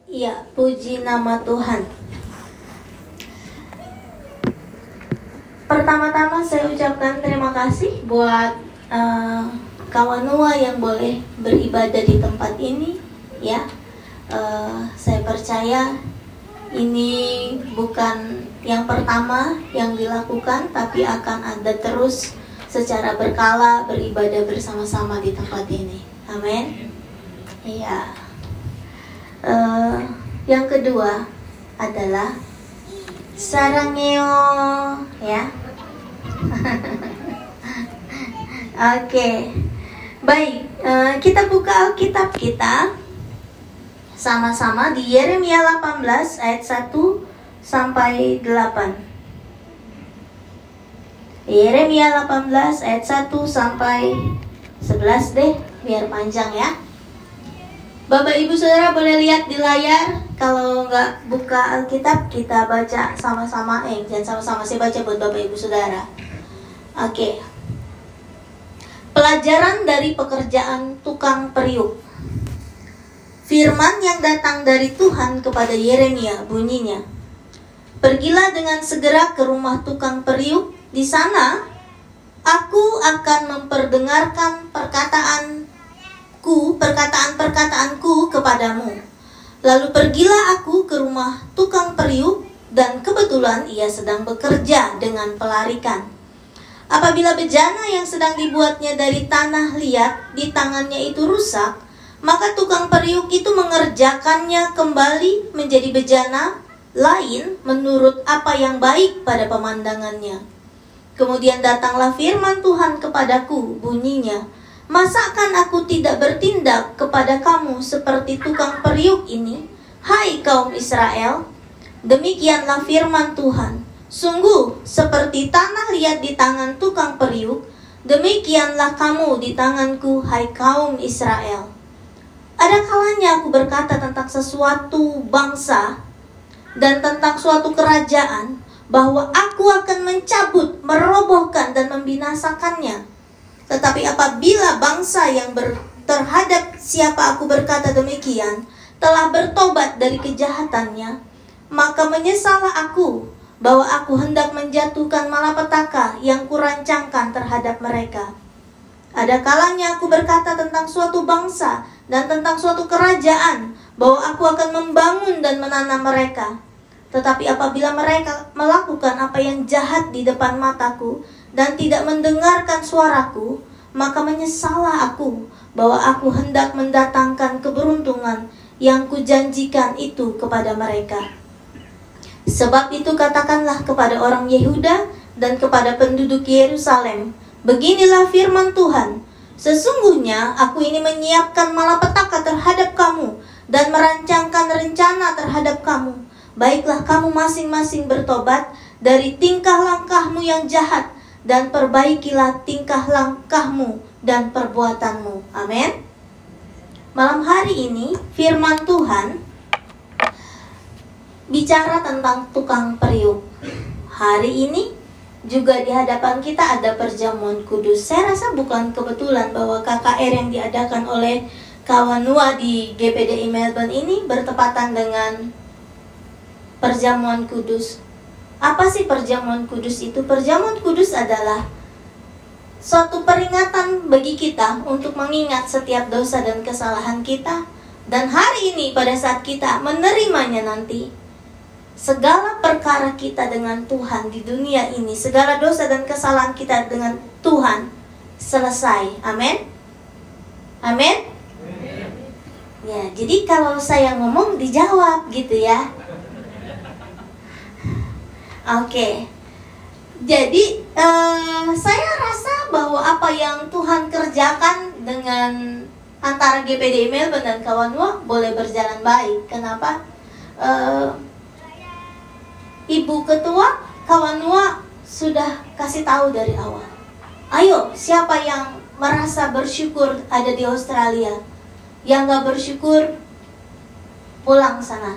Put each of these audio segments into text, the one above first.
Ya, puji nama Tuhan. Pertama-tama saya ucapkan terima kasih buat kawan Noah yang boleh beribadah di tempat ini. Ya, saya percaya ini bukan yang pertama yang dilakukan, tapi akan ada terus secara berkala beribadah bersama-sama di tempat ini. Amin. Iya. Yang kedua adalah sarangeo, ya. Oke. Baik, kita buka Alkitab kita sama-sama di Yeremia 18 ayat 1 sampai 8. Yeremia 18 ayat 1 sampai 11 deh, biar panjang ya. Bapak Ibu Saudara boleh lihat di layar. Kalau nggak buka Alkitab, kita baca sama-sama. Jangan sama-sama, saya baca buat Bapak Ibu Saudara. Oke. Pelajaran dari pekerjaan tukang periuk. Firman yang datang dari Tuhan kepada Yeremia bunyinya, "Pergilah dengan segera ke rumah tukang periuk. Di sana aku akan memperdengarkan perkataan-perkataanku kepadamu. Lalu pergilah aku ke rumah tukang periuk, dan kebetulan ia sedang bekerja dengan pelarikan. Apabila bejana yang sedang dibuatnya dari tanah liat di tangannya itu rusak, maka tukang periuk itu mengerjakannya kembali menjadi bejana lain menurut apa yang baik pada pemandangannya. Kemudian datanglah firman Tuhan kepadaku, bunyinya, masakan aku tidak bertindak kepada kamu seperti tukang periuk ini, hai kaum Israel? Demikianlah firman Tuhan, sungguh seperti tanah liat di tangan tukang periuk, demikianlah kamu di tanganku, hai kaum Israel. Ada kalanya aku berkata tentang sesuatu bangsa dan tentang suatu kerajaan, bahwa aku akan mencabut, merobohkan, dan membinasakannya. Tetapi apabila bangsa yang terhadap siapa aku berkata demikian telah bertobat dari kejahatannya, maka menyesallah aku bahwa aku hendak menjatuhkan malapetaka yang kurancangkan terhadap mereka. Ada kalanya aku berkata tentang suatu bangsa dan tentang suatu kerajaan, bahwa aku akan membangun dan menanam mereka. Tetapi apabila mereka melakukan apa yang jahat di depan mataku dan tidak mendengarkan suaraku, maka menyesallah aku bahwa aku hendak mendatangkan keberuntungan yang kujanjikan itu kepada mereka. Sebab itu katakanlah kepada orang Yehuda dan kepada penduduk Yerusalem, beginilah firman Tuhan, sesungguhnya aku ini menyiapkan malapetaka terhadap kamu dan merancangkan rencana terhadap kamu. Baiklah kamu masing-masing bertobat dari tingkah langkahmu yang jahat, dan perbaikilah tingkah langkahmu dan perbuatanmu. Amin. Malam hari ini firman Tuhan bicara tentang tukang periuk. Hari ini juga di hadapan kita ada perjamuan kudus. Saya rasa bukan kebetulan bahwa KKR yang diadakan oleh kawan Noah di GPDI Melbourne ini bertepatan dengan perjamuan kudus. Apa sih perjamuan kudus itu? Perjamuan kudus adalah suatu peringatan bagi kita untuk mengingat setiap dosa dan kesalahan kita. Dan hari ini pada saat kita menerimanya nanti, segala perkara kita dengan Tuhan di dunia ini, segala dosa dan kesalahan kita dengan Tuhan selesai. Amin. Amin. Ya, jadi kalau saya ngomong dijawab gitu ya. Oke. Jadi saya rasa bahwa apa yang Tuhan kerjakan dengan antara GPDI Melbourne dan kawan Noah boleh berjalan baik. Kenapa? Ibu ketua kawan Noah sudah kasih tahu dari awal. Ayo, siapa yang merasa bersyukur ada di Australia, yang gak bersyukur pulang sana.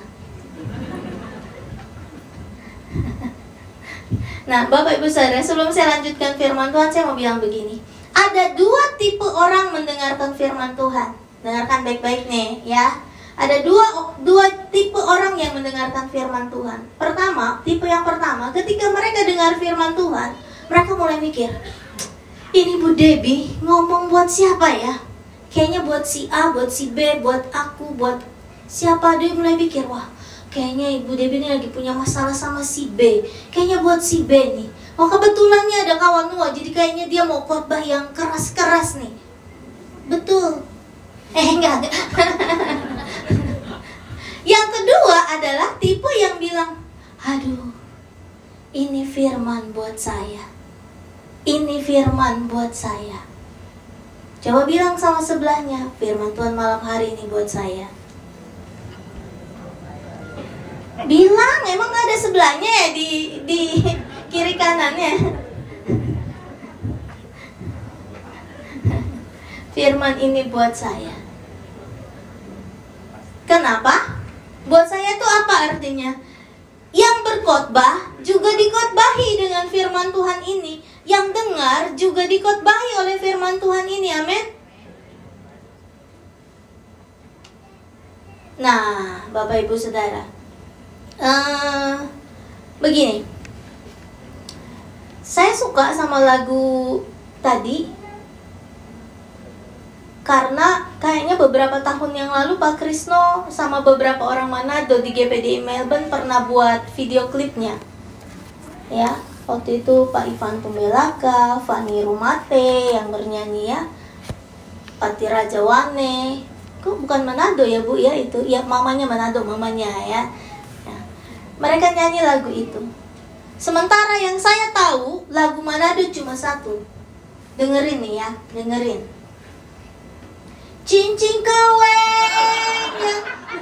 Nah, Bapak Ibu Saudara, sebelum saya lanjutkan firman Tuhan, saya mau bilang begini. Ada dua tipe orang mendengarkan firman Tuhan. Dengarkan baik-baik nih ya. Ada dua tipe orang yang mendengarkan firman Tuhan. Tipe yang pertama, ketika mereka dengar firman Tuhan, mereka mulai mikir, ini Bu Debbie ngomong buat siapa ya? Kayaknya buat si A, buat si B, buat aku, buat siapa. Dia mulai pikir, wah kayaknya Ibu Debbie ini lagi punya masalah sama si B. Kayaknya buat si B nih. Oh kebetulannya ada kawan Noah, jadi kayaknya dia mau khotbah yang keras-keras nih. Betul. Enggak. Yang kedua adalah tipe yang bilang, aduh, ini firman buat saya. Ini firman buat saya. Coba bilang sama sebelahnya, firman Tuhan malam hari ini buat saya. Bilang, emang gak ada sebelahnya ya di kiri kanannya? Firman ini buat saya. Kenapa? Buat saya itu apa artinya? Yang berkhotbah juga dikhotbahi dengan firman Tuhan ini. Yang dengar juga dikhotbahi oleh firman Tuhan ini. Amin. Nah, Bapak Ibu Saudara, begini, saya suka sama lagu tadi karena kayaknya beberapa tahun yang lalu Pak Krisno sama beberapa orang Manado di GPDI Melbourne pernah buat video klipnya. Ya, waktu itu Pak Ivan Tumbelaka, Fani Rumate yang bernyanyi ya, Pati Rajawane. Kok bukan Manado ya Bu ya itu? Ya mamanya Manado, mamanya ya. Nah, mereka nyanyi lagu itu. Sementara yang saya tahu lagu Manado cuma satu. Dengerin nih ya, dengerin. Cincin kawenya.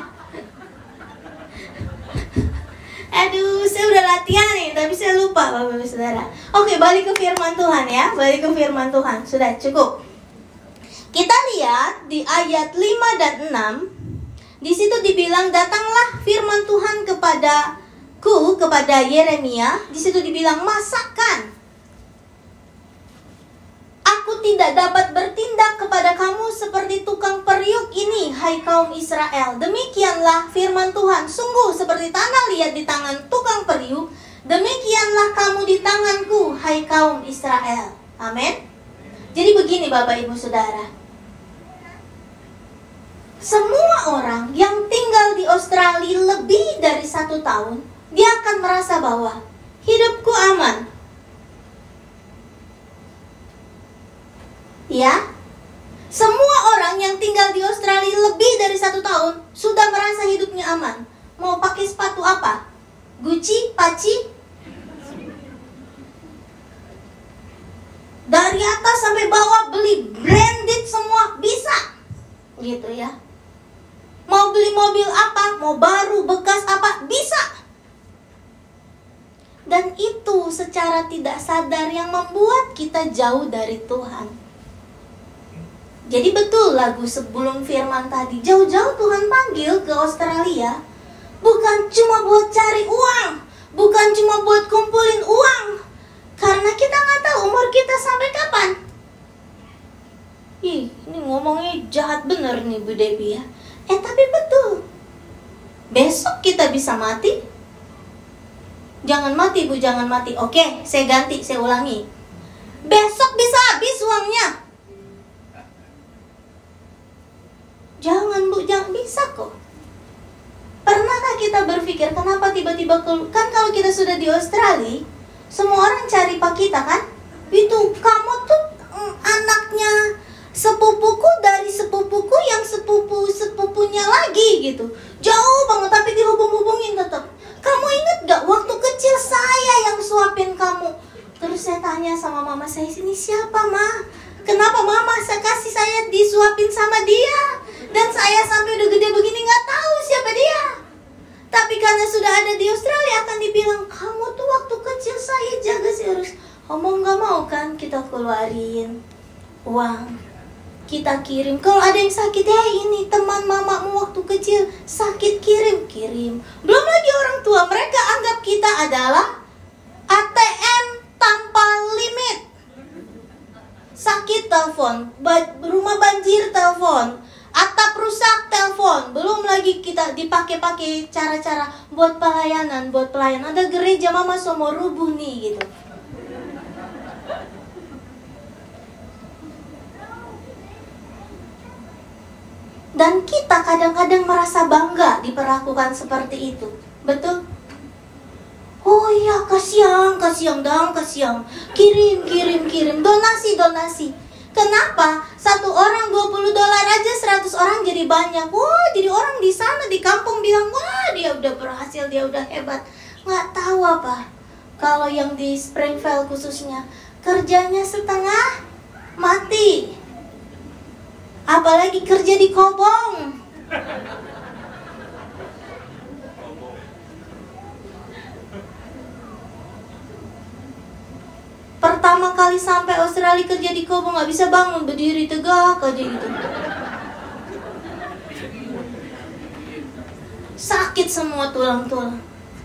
Aduh, saya udah latihan nih, tapi saya lupa Bapak Ibu Saudara. Oke, balik ke firman Tuhan ya. Balik ke firman Tuhan. Sudah cukup. Kita lihat di ayat 5 dan 6. Di situ dibilang, datanglah firman Tuhan kepada Yeremia. Di situ dibilang, masakan aku tidak dapat bertindak kepada kamu seperti tukang periuk ini, hai kaum Israel. Demikianlah firman Tuhan, sungguh seperti tanah liat di tangan tukang periuk, demikianlah kamu di tanganku, hai kaum Israel. Amin. Jadi begini Bapak Ibu Saudara, semua orang yang tinggal di Australia lebih dari 1 tahun, dia akan merasa bahwa hidupku aman. Ya, semua orang yang tinggal di Australia lebih dari 1 tahun sudah merasa hidupnya aman. Mau pakai sepatu apa? Gucci, Paci? Dari atas sampai bawah beli branded semua bisa. Gitu ya. Mau beli mobil apa? Mau baru, bekas apa? Bisa. Dan itu secara tidak sadar yang membuat kita jauh dari Tuhan. Jadi betul lagu sebelum firman tadi, jauh-jauh Tuhan panggil ke Australia bukan cuma buat cari uang, bukan cuma buat kumpulin uang, karena kita nggak tahu umur kita sampai kapan. Ih, ini ngomongnya jahat bener nih Bu Debbie ya. Tapi betul, besok kita bisa mati. Jangan mati Bu, jangan mati. Oke, saya ganti, saya ulangi. Besok bisa habis uangnya. Jangan Bu, jangan, bisa kok. Pernahkah kita berpikir kenapa tiba-tiba kan kalau kita sudah di Australia, semua orang cari Pak kita kan? Itu kamu tuh anaknya sepupuku dari sepupuku yang sepupunya lagi gitu. Jauh banget tapi dihubung-hubungin tetap. Kamu ingat gak waktu kecil saya yang suapin kamu? Terus saya tanya sama mama saya, ini siapa Ma? Kenapa mama kasih saya disuapin sama dia? Dan saya sampai udah gede begini gak tahu siapa dia. Tapi karena sudah ada di Australia akan dibilang, kamu tuh waktu kecil saya jaga serius. Ngomong gak mau kan kita keluarin uang, kita kirim. Kalau ada yang sakit, ini teman mamamu waktu kecil sakit, kirim. Belum lagi orang tua, mereka anggap kita adalah ATM tanpa limit. Sakit telepon, rumah banjir telepon, Atap rusak, telepon. Belum lagi kita dipakai cara-cara buat pelayanan. Ada gereja mama semua rubuh nih gitu. Dan kita kadang-kadang merasa bangga diperlakukan seperti itu. Betul? Oh iya, kasihan. Kirim. Donasi. Kenapa? 1 orang $20 aja 100 orang jadi banyak. Wah, jadi orang di sana di kampung bilang, wah dia udah berhasil, dia udah hebat. Nggak tahu apa. Kalau yang di Springfield khususnya, kerjanya setengah mati. Apalagi kerja di Kobong. Pertama kali sampai Australia kerja di Kobong gak bisa bangun, berdiri tegak aja gitu. Sakit semua tulang-tulang.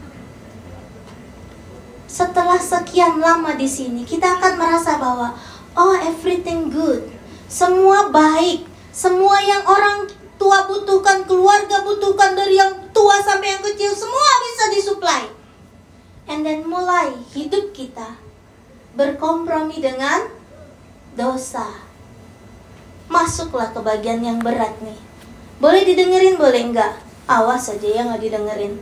Setelah sekian lama di sini, kita akan merasa bahwa oh, everything good. Semua baik. Semua yang orang tua butuhkan, keluarga butuhkan, dari yang tua sampai yang kecil, semua bisa disuplai. And then mulai hidup kita berkompromi dengan dosa. Masuklah ke bagian yang berat nih. Boleh didengerin, boleh enggak? Awas aja ya nggak didengerin.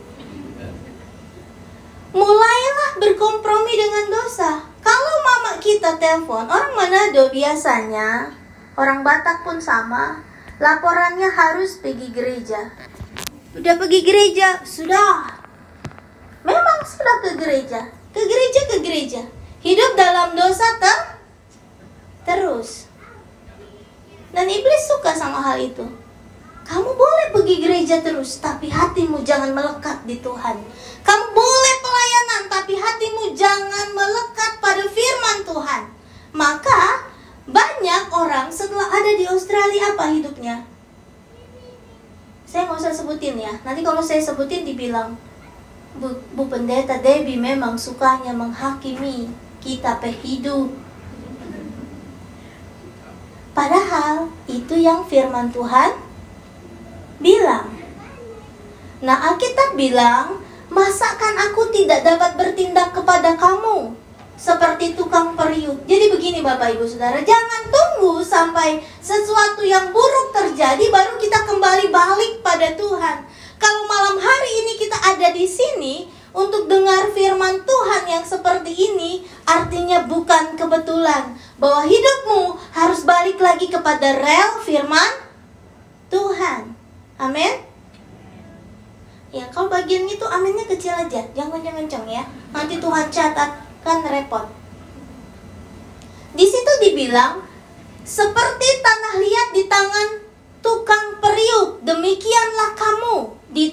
Mulailah berkompromi dengan dosa. Kalau mama kita telepon, orang Manado biasanya, orang Batak pun sama, laporannya harus pergi gereja. Udah pergi gereja, sudah. Memang sudah ke gereja. Hidup dalam dosa terus. Dan iblis suka sama hal itu. Kamu boleh pergi gereja terus, tapi hatimu jangan melekat di Tuhan. Kamu boleh pelayanan, tapi hatimu jangan melekat pada firman Tuhan. Maka banyak orang setelah ada di Australia apa hidupnya? Saya nggak usah sebutin ya. Nanti kalau saya sebutin dibilang, Bu Pendeta Debbie memang sukanya menghakimi kita hidup. Padahal itu yang firman Tuhan bilang. Nah, Alkitab bilang, masakan aku tidak dapat bertindak kepada kamu seperti tukang periuk. Jadi begini Bapak Ibu Saudara, jangan tunggu sampai sesuatu yang buruk terjadi baru kita kembali balik pada Tuhan. Kalau malam hari ini kita ada di sini untuk dengar firman Tuhan yang seperti ini, artinya bukan kebetulan bahwa hidupmu harus balik lagi kepada rel firman Tuhan. Amin. Ya, kalau bagian itu aminnya kecil aja, jangan kencang ya. Nanti Tuhan catat, kan repot. Di situ dibilang, seperti tanah liat di tangan tukang periuk, demikianlah kamu di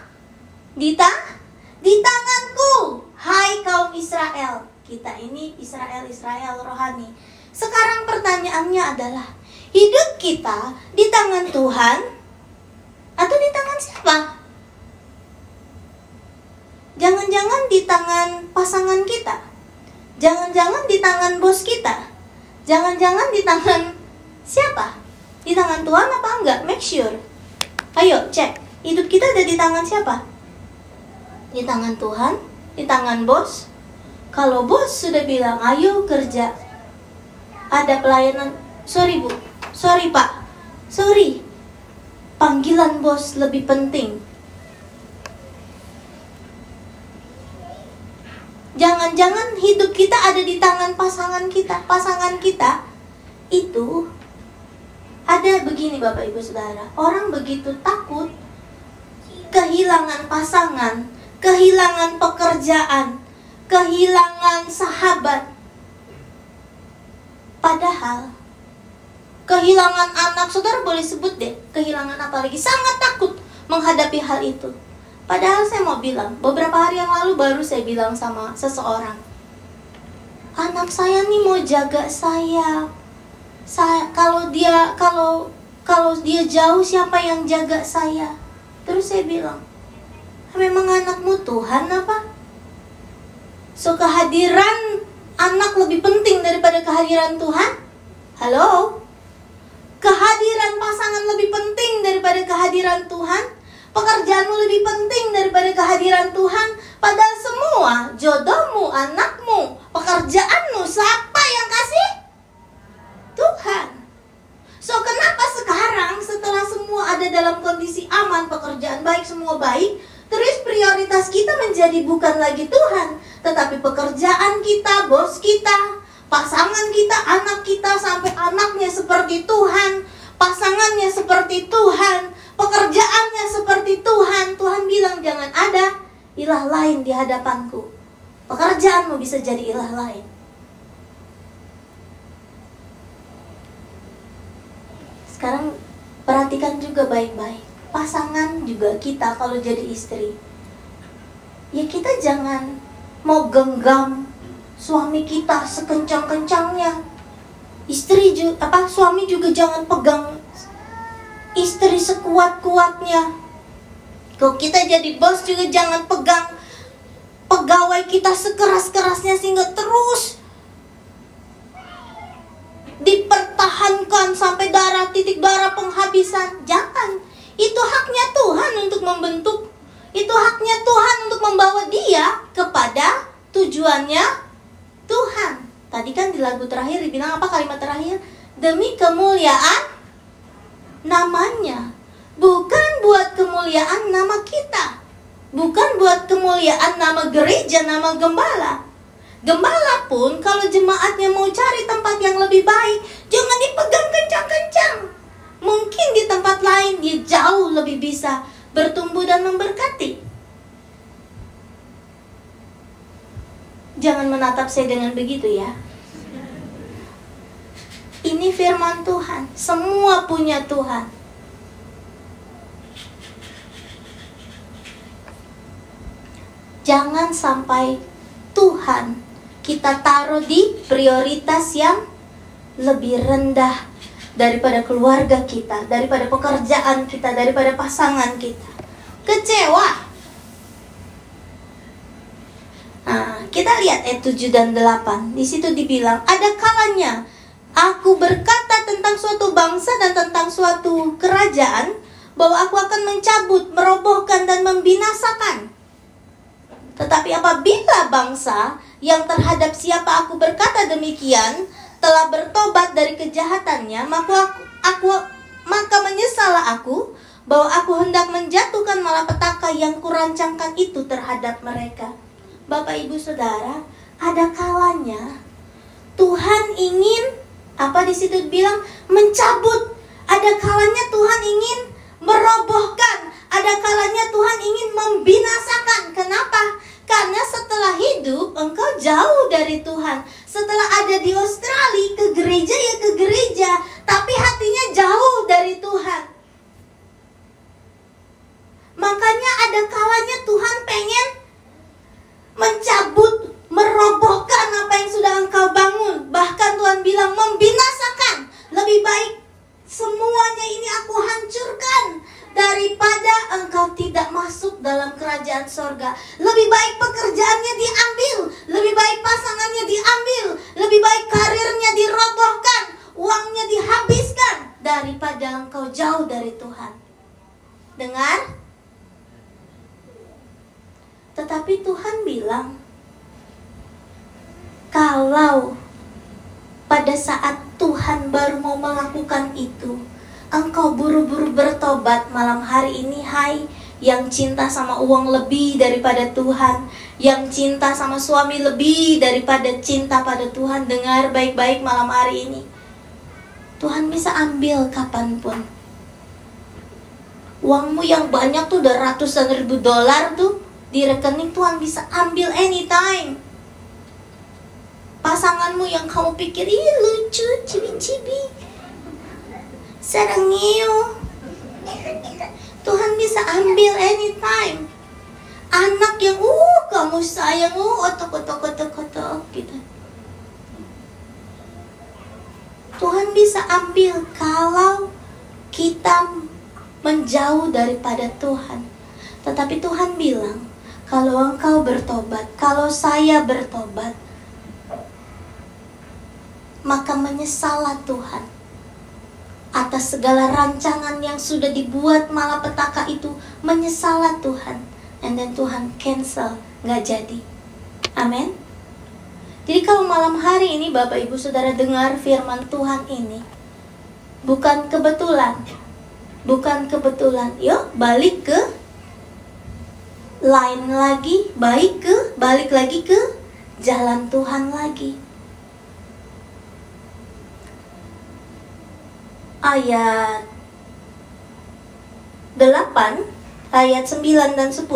tanganku, hai kaum Israel. Kita ini Israel rohani. Sekarang pertanyaannya adalah, hidup kita di tangan Tuhan atau di tangan siapa? Jangan-jangan di tangan pasangan kita. Jangan-jangan di tangan bos kita. Jangan-jangan di tangan siapa? Di tangan Tuhan apa enggak? Make sure. Ayo cek, hidup kita ada di tangan siapa? Di tangan Tuhan? Di tangan bos? Kalau bos sudah bilang, ayo kerja, ada pelayanan, sorry bu, sorry pak, sorry, panggilan bos lebih penting. Jangan-jangan hidup kita ada di tangan pasangan kita. Pasangan kita itu ada begini Bapak Ibu Saudara, orang begitu takut kehilangan pasangan, kehilangan pekerjaan, kehilangan sahabat. Padahal kehilangan anak, saudara boleh sebut deh, kehilangan apa lagi, sangat takut menghadapi hal itu. Padahal saya mau bilang, beberapa hari yang lalu baru saya bilang sama seseorang, anak saya nih mau jaga saya. Kalau dia jauh, siapa yang jaga saya? Terus saya bilang, memang anakmu Tuhan apa? So kehadiran anak lebih penting daripada kehadiran Tuhan? Halo? Kehadiran pasangan lebih penting daripada kehadiran Tuhan? Pekerjaanmu lebih penting daripada kehadiran Tuhan? Padahal semua, jodohmu, anakmu, pekerjaanmu, siapa yang kasih? Tuhan. So, kenapa sekarang setelah semua ada dalam kondisi aman, pekerjaan baik, semua baik, terus prioritas kita menjadi bukan lagi Tuhan, tetapi pekerjaan kita, bos kita, pasangan kita, anak kita, sampai anaknya seperti Tuhan, pasangannya seperti Tuhan, pekerjaannya seperti Tuhan. Tuhan bilang jangan ada ilah lain di hadapanku. Pekerjaanmu bisa jadi ilah lain. Sekarang perhatikan juga baik-baik. Pasangan juga kita kalau jadi istri, ya kita jangan mau genggam suami kita sekencang-kencangnya. Suami juga jangan pegang istri sekuat-kuatnya. Kalau kita jadi bos juga jangan pegang pegawai kita sekeras-kerasnya sehingga terus dipertahankan sampai titik darah penghabisan. Jangan. Itu haknya Tuhan untuk membentuk. Itu haknya Tuhan untuk membawa dia kepada tujuannya Tuhan. Tadi kan di lagu terakhir dibilang apa, kalimat terakhir? Demi kemuliaan namanya. Bukan buat kemuliaan nama kita. Bukan buat kemuliaan nama gereja, nama gembala. Gembala pun kalau jemaatnya mau cari tempat yang lebih baik, jangan dipegang kencang-kencang. Mungkin di tempat lain dia jauh lebih bisa bertumbuh dan memberkati. Jangan menatap saya dengan begitu ya. Ini firman Tuhan. Semua punya Tuhan. Jangan sampai Tuhan kita taruh di prioritas yang lebih rendah daripada keluarga kita, daripada pekerjaan kita, daripada pasangan kita. Kecewa. Nah, kita lihat ayat 7 dan 8. Di situ dibilang, ada kalanya aku berkata tentang suatu bangsa dan tentang suatu kerajaan, bahwa aku akan mencabut, merobohkan dan membinasakan. Tetapi apabila bangsa yang terhadap siapa aku berkata demikian telah bertobat dari kejahatannya, maka menyesallah aku bahwa aku hendak menjatuhkan malapetaka yang kurancangkan itu terhadap mereka. Bapak, Ibu, Saudara, ada kalanya Tuhan ingin di situ bilang mencabut. Ada kalanya Tuhan ingin merobohkan. Ada kalanya Tuhan ingin membinasakan. Kenapa? Karena setelah hidup engkau jauh dari Tuhan. Setelah ada di Australia, ke gereja ya ke gereja, tapi hatinya jauh dari Tuhan. Makanya ada kalanya Tuhan pengen mencabut, merobohkan apa yang sudah engkau bangun. Bahkan Tuhan bilang membinasakan. Lebih baik semuanya ini aku hancurkan daripada engkau tidak masuk dalam kerajaan sorga. Lebih baik pekerjaannya diambil, lebih baik pasangannya diambil, lebih baik karirnya dirobohkan, uangnya dihabiskan, daripada engkau jauh dari Tuhan. Dengar? Tetapi Tuhan bilang, kalau pada saat Tuhan baru mau melakukan itu, engkau buru-buru bertobat malam hari ini, hai yang cinta sama uang lebih daripada Tuhan, yang cinta sama suami lebih daripada cinta pada Tuhan. Dengar baik-baik malam hari ini, Tuhan bisa ambil kapanpun. Uangmu yang banyak tuh, udah ratusan ribu dolar tuh di rekening, Tuhan bisa ambil anytime. Pasanganmu yang kamu pikir, ih lucu, cibi-cibi, serengil, Tuhan bisa ambil anytime. Anak yang kamu sayang, otok gitu, Tuhan bisa ambil kalau kita menjauh daripada Tuhan. Tetapi Tuhan bilang, kalau engkau bertobat, kalau saya bertobat, maka menyesallah Tuhan. atas segala rancangan yang sudah dibuat malapetaka itu, menyesalah Tuhan. And then Tuhan cancel, gak jadi. Amin. Jadi kalau malam hari ini Bapak Ibu Saudara dengar firman Tuhan ini, bukan kebetulan. Bukan kebetulan. Yuk balik ke line lagi, balik lagi ke jalan Tuhan lagi. Ayat 8, ayat 9 dan 10.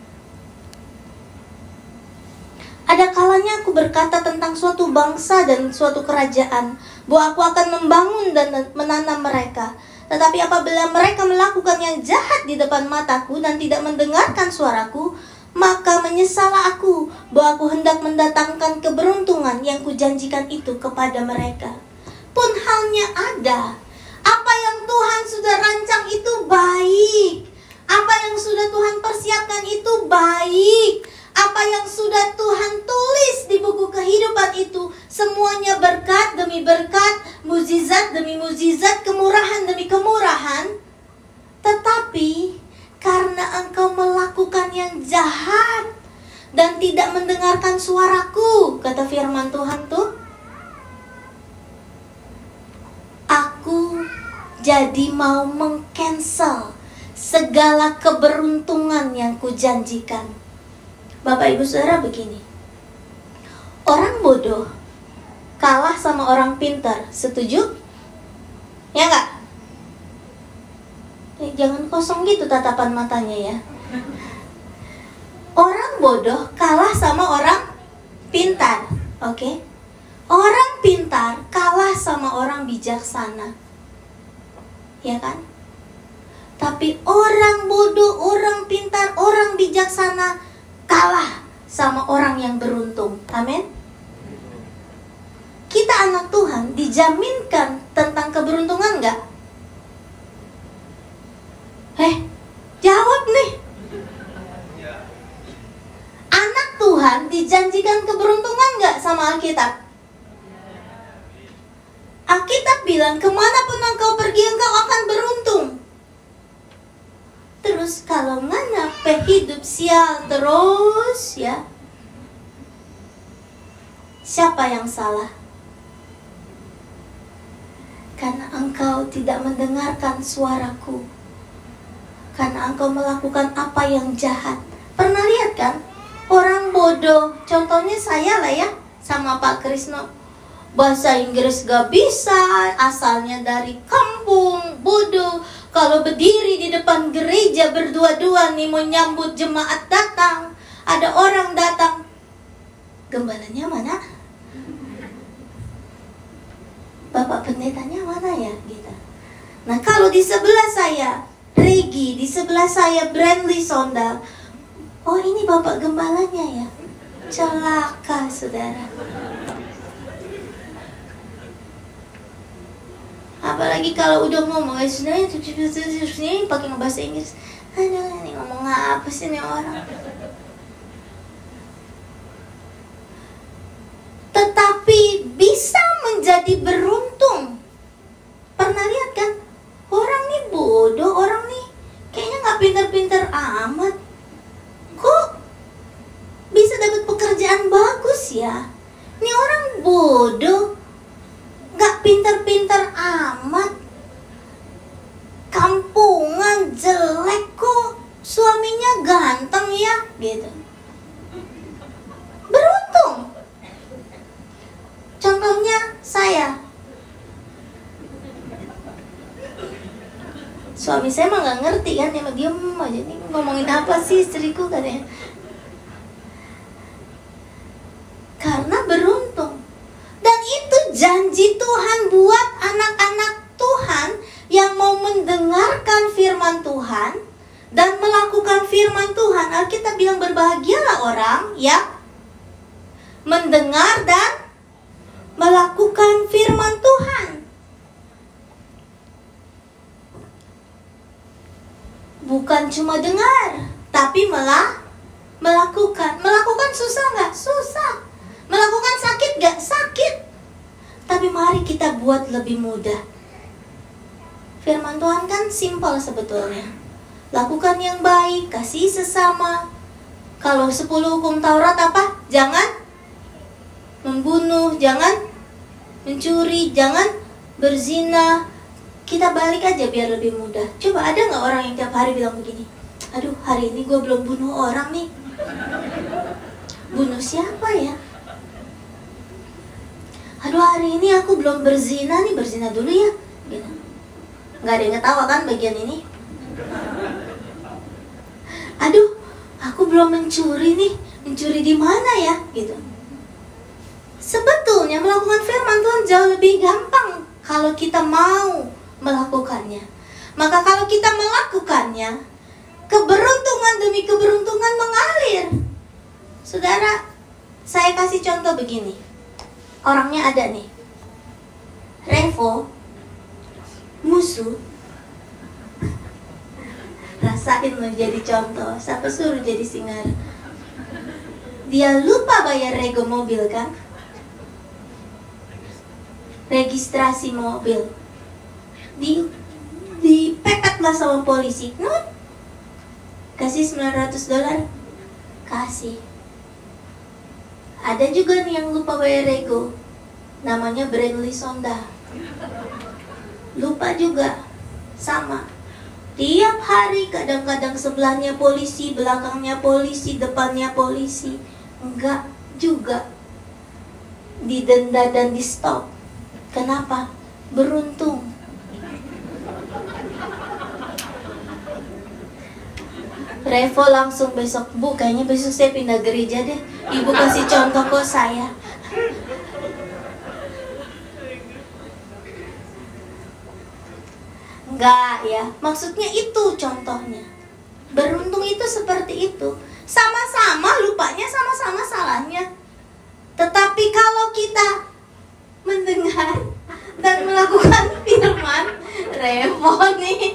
Ada kalanya aku berkata tentang suatu bangsa dan suatu kerajaan, bahwa aku akan membangun dan menanam mereka. Tetapi apabila mereka melakukan yang jahat di depan mataku dan tidak mendengarkan suaraku, maka menyesalah aku bahwa aku hendak mendatangkan keberuntungan yang kujanjikan itu kepada mereka. Pun halnya ada. Apa yang Tuhan sudah rancang itu baik. Apa yang sudah Tuhan persiapkan itu baik. Apa yang sudah Tuhan tulis di buku kehidupan itu, semuanya berkat demi berkat, mukjizat demi mukjizat, kemurahan demi kemurahan. Tetapi karena engkau melakukan yang jahat dan tidak mendengarkan suaraku, kata firman Tuhan tuh, aku jadi mau meng-cancel segala keberuntungan yang kujanjikan. Bapak Ibu Saudara begini, orang bodoh kalah sama orang pintar, setuju? Ya enggak? Jangan kosong gitu tatapan matanya ya. Orang bodoh kalah sama orang pintar, oke? Orang pintar kalah sama orang bijaksana, ya kan? Tapi orang bodoh, orang pintar, orang bijaksana kalah sama orang yang beruntung. Amin. Kita anak Tuhan dijaminkan tentang keberuntungan enggak? Jawab nih. Anak Tuhan dijanjikan keberuntungan enggak sama Alkitab? Alkitab bilang kemanapun engkau pergi engkau akan beruntung. Terus kalau ngana hidup sial terus ya, siapa yang salah? Karena engkau tidak mendengarkan suaraku, karena engkau melakukan apa yang jahat. Pernah lihat kan orang bodoh? Contohnya saya lah ya, sama Pak Krisno. Bahasa Inggris gak bisa, asalnya dari kampung, bodoh. Kalau berdiri di depan gereja berdua-dua nih mau nyambut jemaat datang, ada orang datang, gembalanya mana? Bapak pendetanya mana ya? Gitu. Nah kalau di sebelah saya Regi, di sebelah saya Brandly Sondal, oh ini Bapak gembalanya ya? Celaka saudara. Apalagi kalau udah ngomong sebenarnya pakai bahasa Inggris. Aduh, ini ngomong apa sih nih orang? Tetapi bisa menjadi beruntung. Pernah lihat kan? Orang nih bodoh, orang nih kayaknya gak pintar-pintar amat. Kok bisa dapat pekerjaan bagus ya? Ini orang bodoh, gak pintar-pintar amat, kampungan, jelek, kok suaminya ganteng ya, gitu. Beruntung. Contohnya saya, suami saya mah gak ngerti kan, dia mah diem aja nih, ngomongin apa sih istriku katanya. Karena beruntung. Dan itu janji Tuhan buat anak-anak Tuhan yang mau mendengarkan firman Tuhan dan melakukan firman Tuhan. Alkitab bilang berbahagialah orang yang mendengar dan melakukan firman Tuhan. Bukan cuma dengar, tapi melakukan. Melakukan susah nggak? Susah. Melakukan sakit gak? Sakit. Tapi mari kita buat lebih mudah. Firman Tuhan kan simpel sebetulnya. Lakukan yang baik, kasih sesama. Kalau 10 hukum Taurat apa? Jangan membunuh, jangan mencuri, jangan berzina. Kita balik aja biar lebih mudah. Coba ada gak orang yang tiap hari bilang begini, aduh hari ini gue belum bunuh orang nih. Bunuh siapa ya? Aduh hari ini aku belum berzina nih, berzina dulu ya gitu. Gak ada yang ketawa kan bagian ini? Aduh aku belum mencuri nih, mencuri di mana ya gitu. Sebetulnya melakukan firman Tuhan jauh lebih gampang kalau kita mau melakukannya. Maka kalau kita melakukannya, keberuntungan demi keberuntungan mengalir. Saudara, saya kasih contoh begini. Orangnya ada nih, Revo, musuh. Rasain lo jadi contoh. Siapa suruh jadi singar? Dia lupa bayar rego mobil kan? Registrasi mobil. Dipepet lah sama polisi. Kasih $900. Kasih. Ada juga nih yang lupa bayar rego. Namanya Brandly Sonda. Lupa juga. Sama. Tiap hari kadang-kadang sebelahnya polisi, belakangnya polisi, depannya polisi. Enggak juga didenda dan di stop. Kenapa? Beruntung. Revo langsung besok, Bu kayaknya besok saya pindah gereja deh. Ibu kasih contoh kok saya. Enggak ya, maksudnya itu contohnya. Beruntung itu seperti itu. Sama-sama lupanya, sama-sama salahnya. Tetapi kalau kita mendengar dan melakukan firman, Revo nih.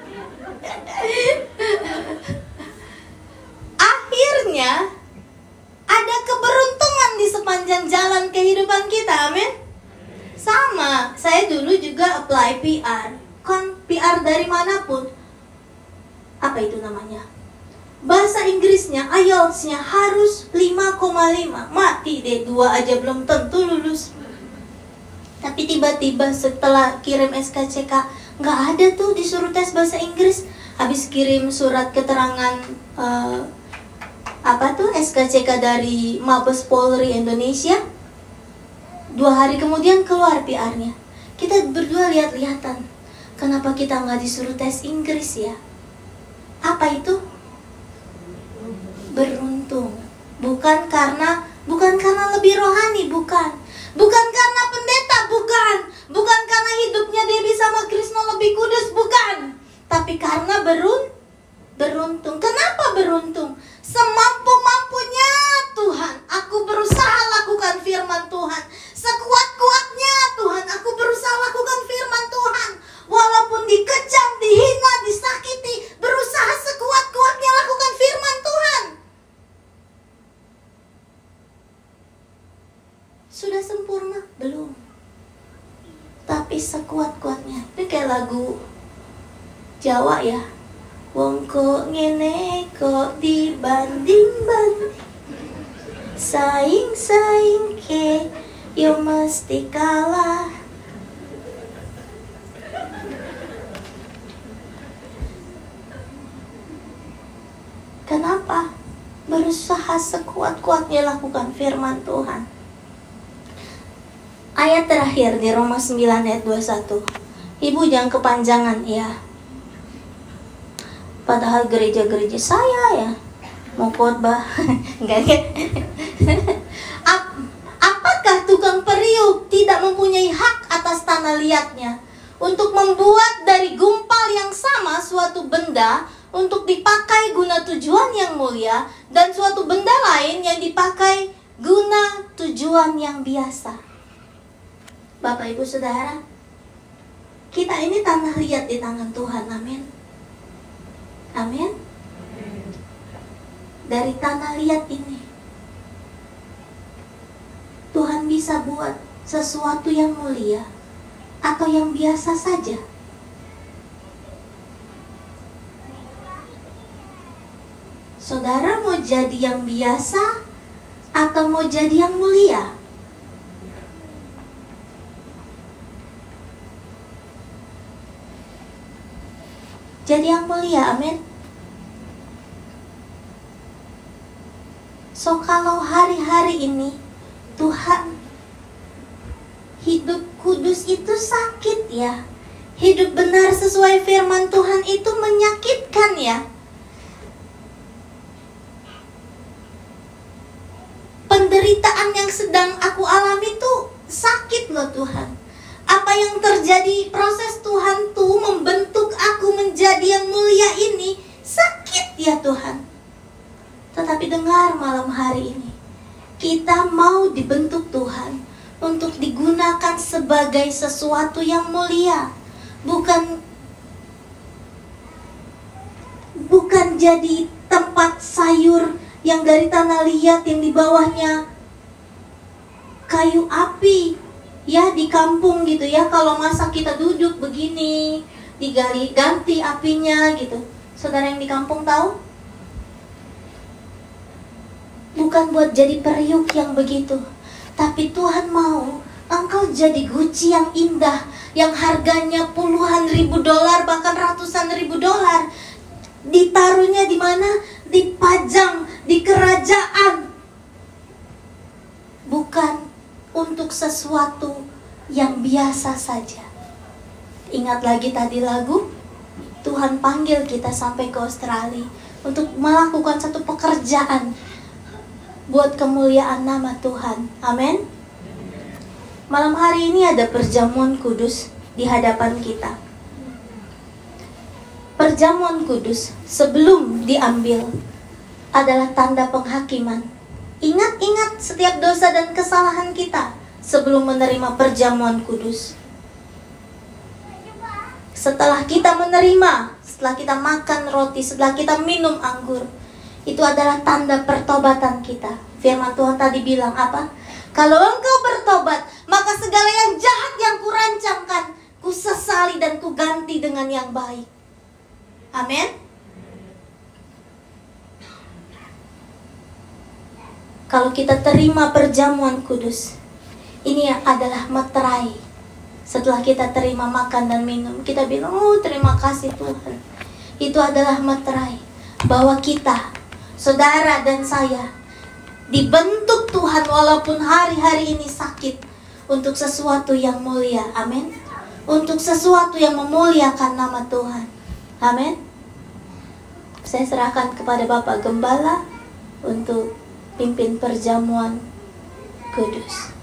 Akhirnya ada keberuntungan di sepanjang jalan kehidupan kita, amin. Sama, saya dulu juga apply PR. Kan PR dari manapun. Apa itu namanya? Bahasa Inggrisnya, IELTS-nya harus 5,5. Mati deh, 2 aja belum tentu lulus. Tapi tiba-tiba setelah kirim SKCK, nggak ada tuh disuruh tes bahasa Inggris. Habis kirim surat keterangan SKCK dari Mabes Polri Indonesia, 2 hari kemudian keluar PR-nya. Kita berdua lihat-lihatan, kenapa kita nggak disuruh tes Inggris ya? Apa itu? Beruntung. Bukan karena lebih rohani, bukan karena pendeta, bukan karena hidupnya Debbie sama Krisno lebih kudus, bukan. Tapi karena beruntung. Kenapa beruntung? Semampu-mampunya Tuhan, aku berusaha lakukan firman Tuhan. Sekuat-kuatnya Tuhan, aku berusaha lakukan firman Tuhan. Walaupun dikejam, dihina, disakiti, berusaha sekuat-kuatnya lakukan firman Tuhan. Sudah sempurna? Belum. Tapi sekuat-kuatnya. Ini kayak lagu Jawa ya. Wong kok ngene kok dibanding-banding, saing-saing ke yo mesti kalah. Kenapa? Berusaha sekuat-kuatnya lakukan firman Tuhan. Ayat terakhir di Roma 9 ayat 21. Ibu jangan kepanjangan ya. Padahal gereja-gereja saya ya mau khotbah. Enggak. Apakah tukang periuk tidak mempunyai hak atas tanah liatnya untuk membuat dari gumpal yang sama suatu benda untuk dipakai guna tujuan yang mulia dan suatu benda lain yang dipakai guna tujuan yang biasa? Bapak Ibu Saudara, kita ini tanah liat di tangan Tuhan, amin. Amin. Dari tanah liat ini Tuhan bisa buat sesuatu yang mulia atau yang biasa saja. Saudara mau jadi yang biasa atau mau jadi yang mulia? Jadi yang mulia, amin. So kalau hari-hari ini Tuhan, hidup kudus itu sakit ya. Hidup benar sesuai firman Tuhan itu menyakitkan ya. Penderitaan yang sedang aku alami itu sakit loh Tuhan. Apa yang terjadi, proses Tuhan tuh membentuk aku menjadi yang mulia ini sakit ya Tuhan. Tetapi dengar malam hari ini, kita mau dibentuk Tuhan untuk digunakan sebagai sesuatu yang mulia. Bukan jadi tempat sayur yang dari tanah liat yang di bawahnya kayu api. Ya di kampung gitu ya, kalau masak kita duduk begini, digali ganti apinya gitu. Saudara yang di kampung tahu? Bukan buat jadi periuk yang begitu. Tapi Tuhan mau engkau jadi guci yang indah, yang harganya puluhan ribu dolar, bahkan ratusan ribu dolar. Ditaruhnya di mana? Dipajang di kerajaan. Bukan untuk sesuatu yang biasa saja. Ingat lagi tadi lagu, Tuhan panggil kita sampai ke Australia untuk melakukan satu pekerjaan buat kemuliaan nama Tuhan. Amin. Malam hari ini ada perjamuan kudus di hadapan kita. Perjamuan kudus sebelum diambil adalah tanda penghakiman. Ingat-ingat setiap dosa dan kesalahan kita sebelum menerima perjamuan kudus. Setelah kita menerima, setelah kita makan roti, setelah kita minum anggur, itu adalah tanda pertobatan kita. Firman Tuhan tadi bilang apa? Kalau engkau bertobat, maka segala yang jahat yang kurancangkan, kusesali dan kuganti dengan yang baik. Amin. Kalau kita terima perjamuan kudus, ini adalah meterai. Setelah kita terima makan dan minum, kita bilang, oh terima kasih Tuhan. Itu adalah meterai bahwa kita, saudara dan saya, dibentuk Tuhan walaupun hari-hari ini sakit, untuk sesuatu yang mulia. Amin. Untuk sesuatu yang memuliakan nama Tuhan. Amin. Saya serahkan kepada Bapak Gembala untuk pimpin perjamuan kudus.